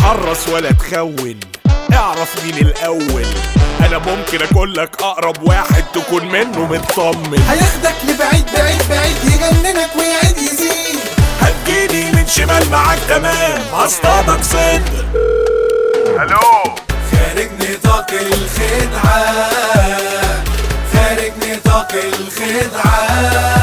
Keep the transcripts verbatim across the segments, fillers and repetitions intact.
تحرص ولا تخون، اعرف مين الاول. انا ممكن اكون لك اقرب واحد تكون منه مطمن. هياخدك لبعيد بعيد بعيد يجننك ويعيد يزيد. هتجيني من شمال معاك تمام، هصطادك صيد. الو، خارج نطاق الخدعة، خارج نطاق الخدعة.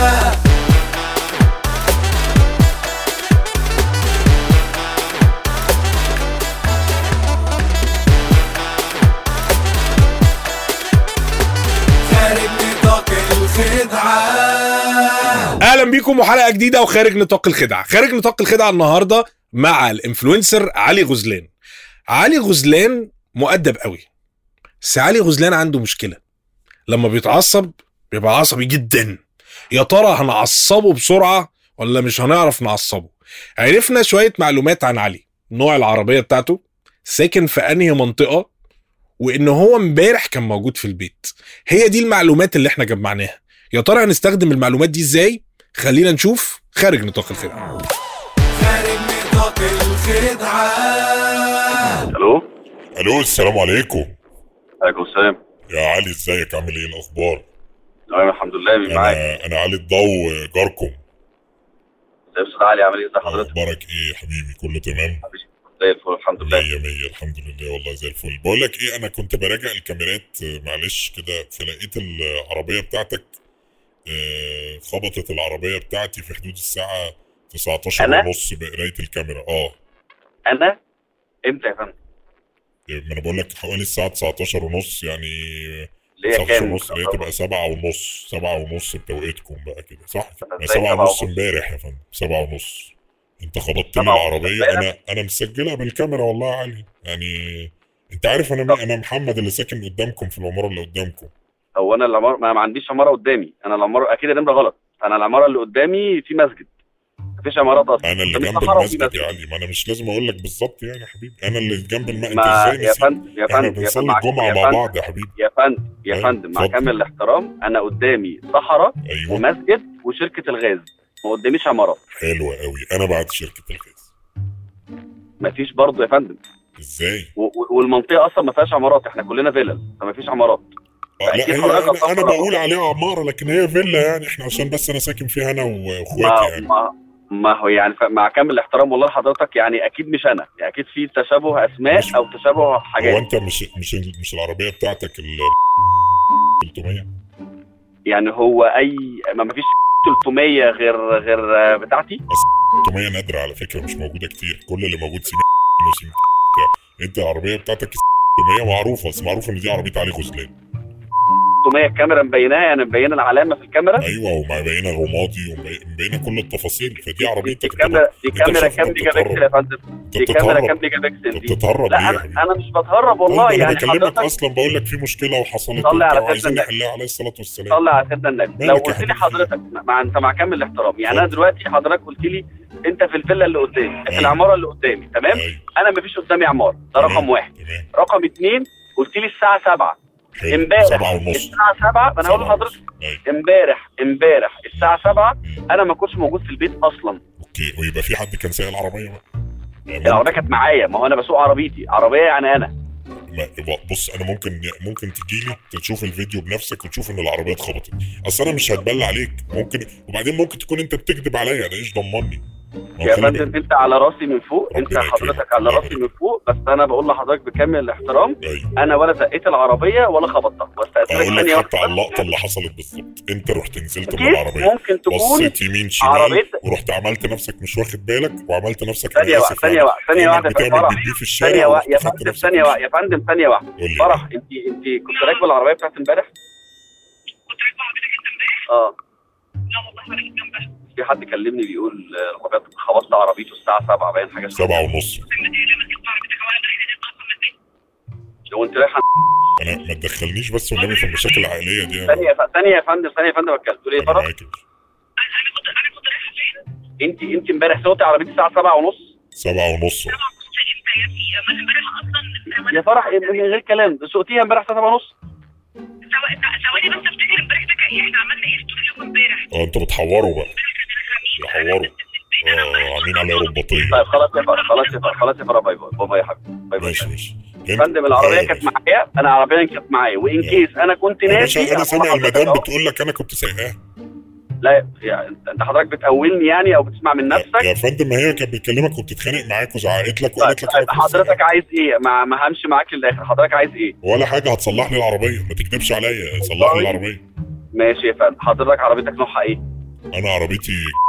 اهلا بيكم وحلقه جديده وخارج نطاق الخدعه. خارج نطاق الخدعه النهارده مع الانفلونسر علي غزلان. علي غزلان مؤدب قوي، بس علي غزلان عنده مشكله، لما بيتعصب بيبقى عصبي جدا. يا ترى هنعصبه بسرعه ولا مش هنعرف نعصبه؟ عرفنا شويه معلومات عن علي، نوع العربيه بتاعته، ساكن في انهي منطقه، وان هو امبارح كان موجود في البيت. هي دي المعلومات اللي احنا جمعناها. يا ترى هنستخدم المعلومات دي ازاي؟ خلينا نشوف خارج نطاق الخدعه. خارج نطاق الخدعه. الو الو، السلام عليكم. عليكم السلام. يا علي ازيك، عامل ايه، الاخبار؟ تمام الحمد لله. مين معاك؟ انا انا علي الضو، جاركم. ازيك استاذ علي، عامل ايه؟ ازي حضرتك؟ اخبارك ايه يا حبيبي؟ كله تمام؟ زي الفل الحمد لله. مية مية الحمد لله، والله زي الفل. بقول لك ايه، انا كنت براجع الكاميرات معلش كده، فلقيت العربيه بتاعتك آه خبطت العربيه بتاعتي في حدود الساعه تسعتاشر ونص بقرايه الكاميرا. اه انا امتى يا فندم؟ ما انا بقول لك حوالي الساعه تسعتاشر ونص، يعني ليه تسعتاشر كام؟ ونص اللي هي تبقى سبعة ونص، سبعة ونص بتوقيتكم بقى كده، صح؟ ازاي سبعة سبعة ونص ونص؟ امبارح يا فندم، سبعة ونص انت خبطت لي سبعة ونص العربيه. امبارح؟ انا انا مسجلها بالكاميرا والله يا علي، يعني انت عارف انا مين؟ انا محمد اللي ساكن قدامكم في العماره اللي قدامكم. هو انا العماره ما, ما عنديش عماره قدامي، انا العماره اكيد النمره غلط. انا العماره اللي قدامي في مسجد، مفيش عمارات اصلا. انا اللي ده مش جنب صحراء وفي المسجد مسجد. يا علي، ما انا مش لازم اقول لك بالظبط يعني يا حبيبي، انا اللي جنب المسجد. انت ما ازاي يا نسيت؟ فندم يا احنا فندم يا بنصلي فندم الجمعه يا مع فندم بعض يا حبيبي. يا فندم يا أيوة، فندم مع اتفضل. كامل الاحترام، انا قدامي صحراء ايوه ومسجد وشركه الغاز، ما قداميش عمارات. حلوه قوي، انا بعد شركه الغاز. مفيش برضه يا فندم. ازاي؟ و- و- والمنطقه اصلا ما فيهاش عمارات، احنا كلنا فيلل فما فيش عمارات. آه لا، أكيد هي حضرتك انا, هتصور أنا بقول عمارة. عليها عماره لكن هي فيلا، يعني احنا عشان بس انا ساكن فيها انا واخواتي ما, يعني. ما, ما هو يعني ف- مع كامل الاحترام والله لحضرتك، يعني اكيد مش انا، يعني اكيد في تشابه اسماء مش- او تشابه هو حاجات. انت مش مش مش العربيه بتاعتك ال ثلاثمية؟ يعني هو اي ما مفيش ثلاثمية غير غير بتاعتي. ثلاثمية نادره على فكره، مش موجوده كتير، كل اللي موجود سيمي سيمي بتاع. انت العربيه بتاعتك ثلاثمية معروفه، بس معروف ان دي عربيه علي غزلان. ثلاثمية الكاميرا مبيناها، يعني مبينه العلامه في الكاميرا. ايوه، ومبينه رمادي ومبينه كل التفاصيل، فدي عربيتك. دي كاميرا دي انت كاميرا مش كام انت ميجا بكسل يا فندم؟ انت دي كاميرا بتتهرب. كام ميجا بكسل انت دي؟ بتتهرب لا ليه يا انا حبيبي؟ انا مش بتهرب والله، طيب انا يعني بكلمك حضرتك اصلا، بقول لك في مشكله وحصلت صلي على وبتاع وعايزين سيدنا نحلها عليه الصلاه والسلام. صلي على سيدنا النبي. مالك لو يا قلت لي حبيبي؟ حضرتك مع انت مع كامل الاحترام، يعني انا اتفضل. دلوقتي حضرتك قلت لي انت في الفيلا اللي قدامي، في ايوه. العماره اللي قدامي، تمام؟ ايوه انا مفيش قدامي عماره، ده تمام. رقم واحد. تمام. رقم اتنين، قلت لي الساعه سبعة حلو. امبارح سبعة ونص. الساعه سبعة، ما انا هقول سبعة لحضرتك ونص. ايوه. امبارح امبارح الساعه سبعة مم. انا ما كنتش موجود في البيت اصلا. اوكي، ويبقى في حد كان سايق العربيه بقى؟ يعني العربيه كانت معايا، ما هو انا بسوق عربيتي، عربيه يعني انا. ما- بص، انا ممكن ممكن تجي لي تشوف الفيديو بنفسك وتشوف ان العربيه اتخبطت. اصل انا مش هتبلى عليك، ممكن وبعدين ممكن تكون انت بتكذب عليا، انا ايش ضمني؟ ما هو يا خلي فندم بالك. انت على راسي من فوق، انت ربنا يكرمك. حضرتك على الله راسي يبارك. من فوق، بس انا بقول لحضرتك بكامل الاحترام، ايوه، انا ولا زقيت العربيه ولا خبطتها، واستاذنك اقول ثانيه لك حتى واحده. على اللقطه اللي حصلت بالظبط، انت رحت نزلت من أكيد العربيه، ممكن تكون بصيت يمين شمال عربية- ورحت عملت نفسك مش واخد بالك، وعملت نفسك ثانيه انا واحده اسف ثانيه يعني. واحده ثانيه كأنك واحده يا بتعمل فرح. بيبي في ثانيه الشارع واحده يا ورحت خدت فندم، نفسك ثانيه ومشيت. واحده يا فندم، ثانيه واحده. قول لي فرح، بقى. انت انت كنت راكبه العربيه بتاعت امبارح؟ كنت راكبه عربيتك انت امبارح؟ اه. لا والله ما ركبت امبارح. في حد كلمني بيقول آه، العربيه خبطت عربيته الساعه سبعة باين حاجه. سبعة ونص. لما تيجي لما ركبت عربيتك اولا انا نزلت اصلا من البيت. لو انت رايحه. انا ما تدخلنيش بس والنبي في المشاكل العائليه دي. ثانيه يا ف- ثانيه يا فندم ثانيه يا فندم بتكلم تقول ايه يا انا فرح؟ معاك يا باشا. انا انا كنت انا كنت رايحه فين؟ انت انت امبارح سوقتي عربيتي الساعه سبعة ونص. سبعة ونص. طبعا كنت امتى يا ابني؟ ما انا امبارح اصلا يا فرح من غير كلام، سوقتيها امبارح الساعه سبعة ونص. سوا- ثواني بس افتكر امبارح ده كان ايه، احنا عملنا ايه طول اليوم امبارح؟ اه انتوا بتحوروا بقى، امبارح كان خميس. بيحوروا. اه عاملين عليها رباطيه. طيب خلاص يا فرح، خلاص يا فرح، خلاص يا فرح، باي باي باي باي يا حبيبي، باي باي. ماشي ماشي. يا فندم العربيه كانت معايا، انا العربيه كانت معايا، وان كيس انا كنت يا ناسي. باشا انا سامع المدام بتقول لك انا كنت سايقاها. لا يعني انت حضرتك بتقولني يعني او بتسمع من نفسك؟ يا فندم ما هي كانت بتكلمك وبتتخانق معاك وزعقت لك طيب وقالت لك طيب حضرتك عايز ايه؟ ما, ما همشي معاك للاخر، حضرتك عايز ايه؟ ولا حاجه، هتصلح لي العربيه، ما تكذبش عليا، صلح لي العربيه. ماشي يا فندم، حضرتك عربيتك نوعها ايه؟ انا عربيتي.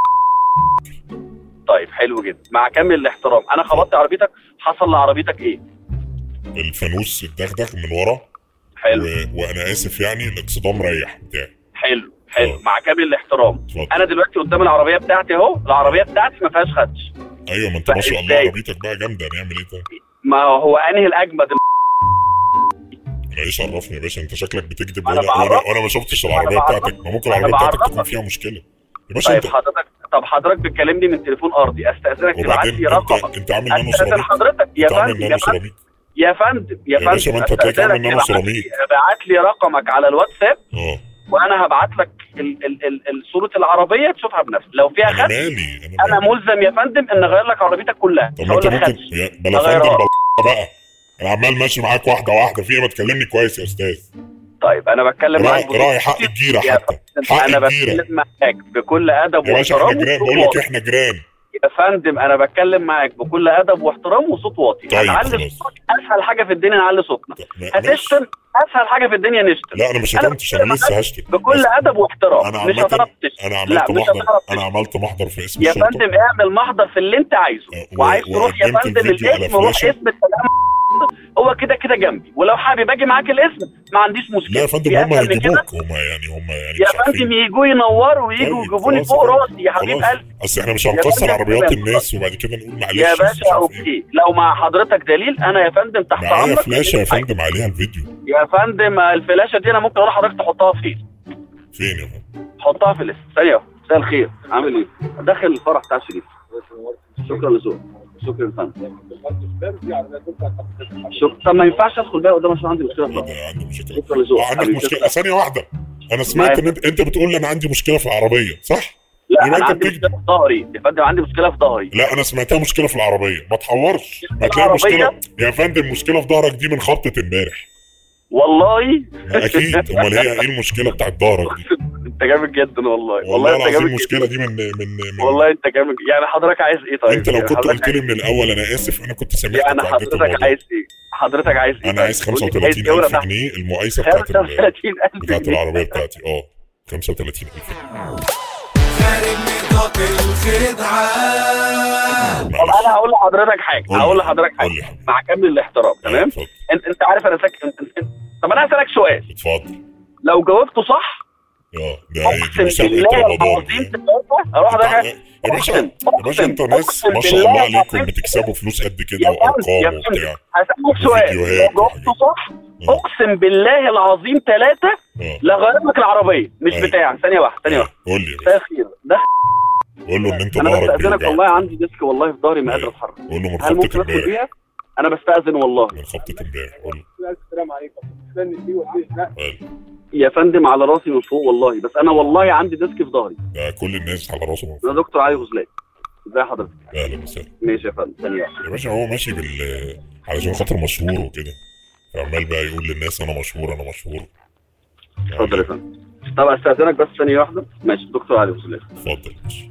طيب حلو جدا، مع كامل الاحترام انا خبطت عربيتك، حصل لعربيتك ايه؟ الفانوس اتدغدغ من ورا. حلو. و... وانا اسف يعني الاكسدام ريح بتاعي. حلو حلو أوه. مع كامل الاحترام. اتفضل. انا دلوقتي قدام العربيه بتاعتي اهو، العربيه بتاعتي ما فيهاش خدش. ايوه ما انت ما شاء الله عربيتك بقى جامده، هنعمل ايه طيب؟ ما هو انهي الاجمد؟ انا ايش عرفني يا باشا، انت شكلك بتكذب أنا وانا بعرف. وانا, وأنا ما شفتش العربيه بتاعتك، ما ممكن العربيه بتاعتك تكون فيها مشكله يا باشا. طيب انت حضرتك، طب حضرتك بتكلمني من تليفون ارضي، استاذنك تبعت وبعدين لي رقمك. انت انت عامل نانو استاذن سيراميك. حضرتك يا انت عامل فندم، نانو يا فندم سيراميك يا فندم يا يا باشا، فندم ما انت هتلاقيك عامل نانو ابعت سيراميك. لي- ابعت لي رقمك على الواتساب اه وانا هبعت لك ال ال ال ال صوره العربيه تشوفها بنفسك، لو فيها انا خدش مالي انا انا مالي. ملزم يا فندم ان اغير لك عربيتك كلها. طب ما انت هقول لك ممكن خدش. يا- بلا أغيرها. فندم بلا بقى، انا عمال ماشي معاك واحده واحده، في ايه؟ ما تكلمني كويس يا استاذ. طيب انا بتكلم معاك راعي راعي حق الجيره يا حتى، فندم، حق انا الجيره بتكلم معاك بكل ادب يا باشا. احنا واحترام جيران، وصوت بقول لك واطي. احنا جيران. يا فندم انا بتكلم معاك بكل ادب واحترام وصوت واطي. طيب هنعلي خلاص. صوتك، اسهل حاجه في الدنيا نعلي صوتنا. طب ما- ماشي. هتشتم، اسهل حاجه في الدنيا نشتم. لا انا مش شتمتش، انا لسه هشتم. بكل بس ادب واحترام. انا مش هتعرف عملت تشتم. انا لا عملت مش محضر هتعرف انا تشتم. عملت محضر في اسم يا الشرطه. فندم اعمل محضر في اللي انت عايزه، و- وعايز تروح يا وقدمت فندم الفيديو على الاسم، روح فلاشة. اسم الكلام هو كده كده جنبي، ولو حابب اجي معاك الاسم ما عنديش مشكله. لا يا فندم في هم أسهل من كده؟ هيجيبوك، هم يعني هم يعني يا مش عارفين. فندم يجوا ينوروا ويجوا طيب، يجيبوني خلاص فوق يا فندم. راسي يا حبيب خلاص. قلبي. اصل احنا مش يا هنكسر فندم، عربيات تمام. الناس وبعد كده نقول معلش يا مش باشا عارف ايه. اوكي، لو مع حضرتك دليل انا يا فندم تحت معايا امرك. فلاشه يا فندم عليها الفيديو. يا فندم الفلاشه دي انا ممكن اروح حضرتك تحطها فين؟ فين يا فندم؟ حطها في الاسم. ثانيه واحدة. مساء الخير، عامل ايه؟ داخل الفرح بتاع شريف. شكرا لذوقك، شكرا يا فندم. شكرا. طب ما ينفعش ادخل بقى قدام عشان عندي مشكله في لا العربية. ده عندي مشكله. شكرا لذوقك. آه، عندك حبيبي، مشكله تسلم. ثانيه واحده. انا سمعت معاك. ان انت انت بتقول لي انا عندي مشكله في العربيه صح؟ لا يبقى انا انت عندي بتكذب. مشكله في ظهري يا فندم، عندي مشكله في ظهري. لا انا سمعتها مشكله في العربيه، ما تحورش. في هتلاقي العربية؟ مشكله يا فندم، مشكله في ظهرك دي من خبطه امبارح. والله ما اكيد، امال هي ايه المشكله بتاعت ظهرك دي؟ انت جامد جدا والله. والله والله انت العظيم جامد المشكله جدا. دي من من من والله انت جامد. يعني حضرتك عايز ايه طيب؟ انت لو يعني كنت حضرتك قلت لي من الاول انا اسف، انا كنت سامحتك يعني وعديت حضرتك الموضوع. عايز ايه؟ حضرتك عايز ايه؟ انا عايز طيب؟ قول لي خمسة وثلاثين عايز ايه ألف وأنا جنيه المقايسه بتاعت ال- خمسة وثلاثين ألف بتاعت جنيه. العربيه بتاعتي. اه خمسة وثلاثين ألف جنيه. خارج نطاق الخدعة. طب معلش. انا هقول لحضرتك حاجه، قول لي. هقول لحضرتك قول حاجه لي يا حبيبي. مع كامل الاحترام. تمام؟ اتفضل انت انت عارف انا ساكن انت... انت... طب انا هسالك سؤال، اتفضل. لو جاوبته صح اه ده هي دي اقسم مسابقه بالله رمضان. العظيم ثلاثه اروح انت- ادخل. يا باشا أقسم- يا باشا انتوا ناس أقسم ما شاء بالله الله عليكم العظيم. بتكسبوا فلوس قد كده يا فندم، وارقام يا فندم، وبتاع. هسألك سؤال، وفيديوهات لو جاوبته صح اه اقسم بالله العظيم ثلاثه اه لغير لك العربيه مش أيوة. بتاعك. ثانيه واحده ثانيه واحده. قول لي يا مساء باشا، الخير، ده قول له ان انت انا ظهرك بستاذنك بيوجعك. والله، عندي ديسك والله في ظهري ما قادر أيوة. اتحرك. قول له من هل ممكن خبطه ادخل امبارح. بيها؟ انا بستاذن والله. من خبطه امبارح قول له. السلام عليكم. استني فيه وفيه. قال. يا فندم على راسي من فوق والله، بس انا والله عندي ديسك في ظهري. ده كل الناس على راسه من فوق. انا دكتور علي غزلان. ازي حضرتك؟ اهلا وسهلا. ماشي يا فندم. ثانيه واحده. يا باشا هو ماشي بال علشان خاطر مشهور وكده، فعمال بقى يقول للناس انا مشهور انا مشهور. اتفضل يا فندم. طب استاذنك بس ثانيه واحده. ماشي دكتور علي غزلان. اتفضل ماشي.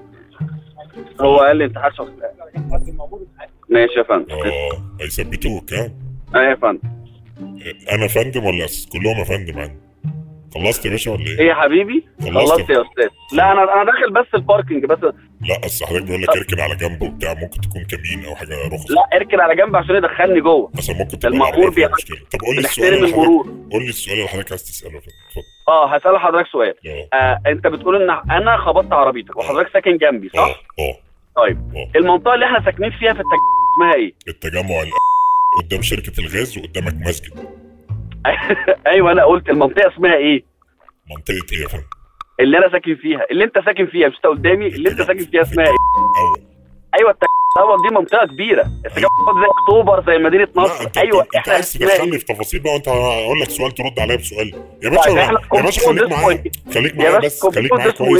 هو قال لي انت حاسس. ماشي يا فندم. اه هيثبتوك ها؟ ايوه يا فندم. انا فندم ولا أس- كلهم يا فندم عندي؟ خلصت يا باشا ولا ايه ايه؟ يا حبيبي؟ خلصت. خلصت يا استاذ. لا انا انا داخل بس الباركنج بس. لا اصل حضرتك بيقول لك اركن على جنب وبتاع، ممكن تكون كمين او حاجه رخص. لا اركن على جنب عشان يدخلني جوه. اصل ممكن تكون المرور العربية فيها بيعمل- مشكله. طب قول لي السؤال بنحترم اللي حضرتك المرور. قول لي السؤال اللي حضرتك عايز تساله يا فندم. اتفضل. اه هسأل حضرتك سؤال. اه آه انت بتقول ان انا خبطت عربيتك وحضرتك ساكن جنبي اه صح؟ اه طيب اه المنطقه اللي احنا ساكنين فيها في التج... اسمها ايه؟ التجمع ال- قدام شركه الغاز وقدامك مسجد. ايوه انا قلت المنطقه اسمها ايه؟ منطقه ايه يا فندم؟ اللي انا ساكن فيها، اللي انت ساكن فيها مش انت قدامي، اللي انت ساكن فيها اسمها ايه؟ اول ايوه التج... طبعا دي منطقه كبيره، التجمع زي اكتوبر زي مدينه لا نصر. انت ايوه انت احنا عايز اسمها تدخلني ايه؟ في تفاصيل بقى، وانت هقول لك سؤال ترد عليا بسؤال. يا باشا طيب احنا يا باشا خليك معايا، خليك يا معايا باشا بس خليك الكمبيوتر معايا اسمه كويس. ايه؟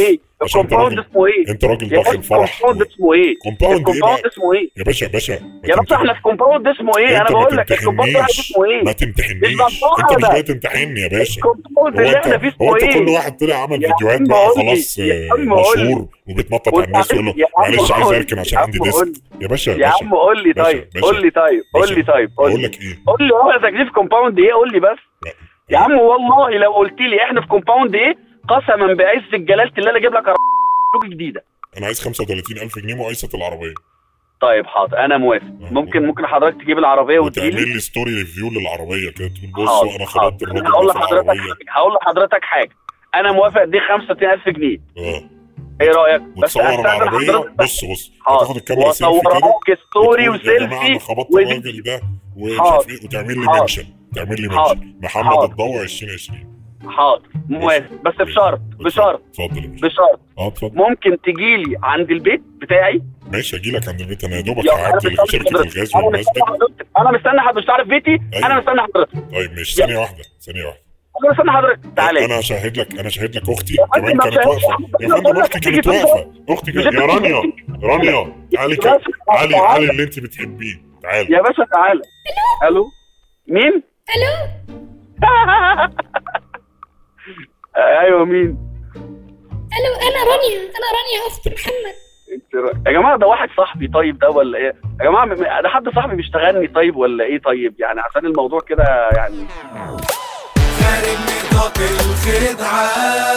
عشان انت الكومباوند راجل اسمه ايه؟ انت راجل يا داخل باشا فرح. الكومباوند اسمه ايه؟ كومباوند ايه الكومباوند بقى؟ اسمه ايه؟ يا باشا يا باشا ما يا باشا احنا في كومباوند اسمه ايه؟ انا انت ما بقول لك الكومباوند تمتحنيش اسمه ايه؟ ما تمتحنيش مش بمتحن انت مش أنا. جاي تمتحني يا باشا. الكومباوند هو اللي احنا انت فيه هو اسمه انت كل ايه؟ واحد طلع عمل يا فيديوهات عم بقى قول لي، خلاص يا آه، عم قول لي. مشهور وبتنطط على الناس ويقول له يا عم معلش عايز قول اركن لي، عشان يا عندي عم ديسك. قول لي. يا باشا يا عم قول لي باشا، طيب باشا، قول لي طيب قول باشا، لي طيب قول بقول لي لك ايه؟ قول لي هو تكليف كومباوند ايه؟ قول لي بس يا عم. والله لو قلت لي احنا في كومباوند ايه قسما بعز الجلالة اللي انا اجيب لك عربية جديده. انا عايز خمسة وثلاثين ألف جنيه مقايسه العربيه. طيب حاضر انا موافق. ممكن ممكن حضرتك تجيب العربيه وتجيلي وتعمل لي ستوري ريفيو للعربيه كده تقول حاضر، بصوا انا حاضر. خبطت الراجل هقول ده في لحضرتك العربيه. حاجة. هقول لحضرتك حاجه انا موافق اديك خمسة وستين ألف جنيه. اه ايه رايك؟ وتصور هستأذن العربيه. حضرتك. بص بص هتاخد الكاميرا سيلفي واصورها كده لك ستوري وتقول يا جماعه انا وسيلفي خبطت وفيديو. الراجل ده ومش حاضر. عارف ايه وتعمل لي حاضر. منشن تعمل لي حاضر. منشن محمد حاضر. الضوء ألفين وعشرين. حاضر موافق بس بشرط بشرط اتفضل يا باشا. بشرط اه اتفضل ممكن تجيلي عند البيت بتاعي. ماشي اجي لك عند البيت انا يا دوبك يا أنا هعدي مستني لشركه حضرتك. الغاز انا والمسجد. مستني حضرتك انا مستني حضرتك مش عارف بيتي. أيوة. انا مستني حضرتك طيب ماشي ثانيه واحده ثانيه واحده انا مستني حضرتك تعالى. انا اشهد لك انا اشهد لك اختي يا كمان فندم كانت أنا واقفه. شاهد- يا فندم اختي تيجي كانت تنزل. واقفه اختي كانت يا رانيا رانيا تعالي كده علي علي اللي انت بتحبيه تعالي. يا باشا تعالى. الو مين؟ الو ايوه مين؟ الو انا رانيا انا رانيا اخت محمد. يا جماعه ده واحد صاحبي طيب ده ولا ايه؟ يا جماعه م- ده حد صاحبي بيشتغلني طيب ولا ايه طيب؟ يعني عشان الموضوع كده يعني خارج نطاق الخدعة.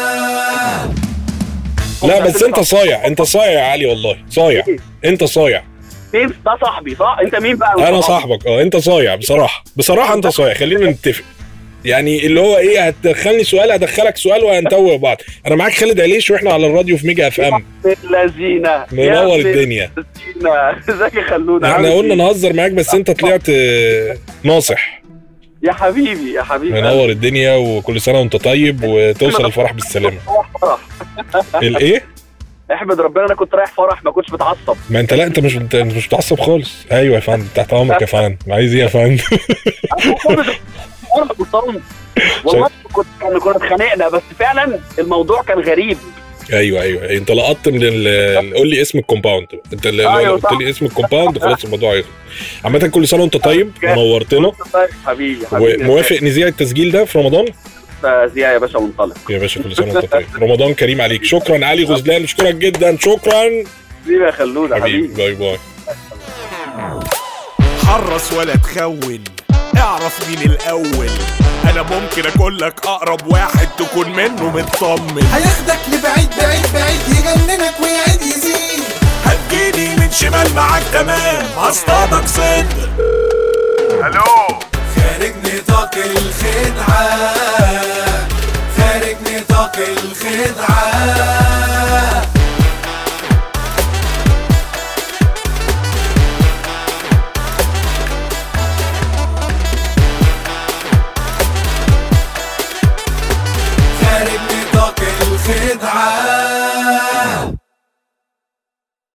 لا بس انت صايع، انت صايع يا علي والله صايع، انت صايع. مين ده صاحبي صح؟ انت مين بقى؟ انا صاحبك اه، انت صايع بصراحه بصراحه انت صايع. خلينا نتفق يعني اللي هو ايه، هتدخلني سؤال هدخلك سؤال وهنتوه بعض. انا معاك خالد عليش واحنا على الراديو في ميجا اف ام. اللذينه منور الدنيا. ازيك يا خلونا؟ احنا قلنا نهزر معاك بس انت طلعت آه، ناصح. يا حبيبي يا حبيبي منور الدنيا وكل سنه وانت طيب وتوصل الفرح بالسلامه. فرح. الايه؟ احمد ربنا انا كنت رايح فرح ما كنتش متعصب. ما انت لا انت مش انت مش متعصب خالص. ايوه يا فندم تحت امرك يا فندم. عايز ايه يا فندم؟ انا كنت والله كنت كنا كنا اتخانقنا بس فعلا الموضوع كان غريب. ايوه ايوه انت لقطت من ال... قول لي اسم الكومباوند. انت اللي لو أيوة قلت صح. لي اسم الكومباوند خلاص الموضوع هيخلص. عامه كل سنه وانت طيب ونورتنا. طيب حبيبي حبيبي وموافق نذيع التسجيل ده في رمضان زيا يا باشا منطلق. يا باشا. كل سنه وانت طيب. رمضان كريم عليك. شكرا علي غزلان اشكرك جدا. شكرا حبيبي يا خلونا حبيبي. حبيبي. باي باي. حرص ولا تخون اعرف مين الاول. انا ممكن اقول لك اقرب واحد تكون منه مطمن. هياخدك لبعيد بعيد بعيد يجننك ويعيد يزيد. هتجيني من شمال معاك تمام هصطادك صد. الو خارج نطاق الخدعة. خارج نطاق الخدعة. خارج نطاق الخدعة.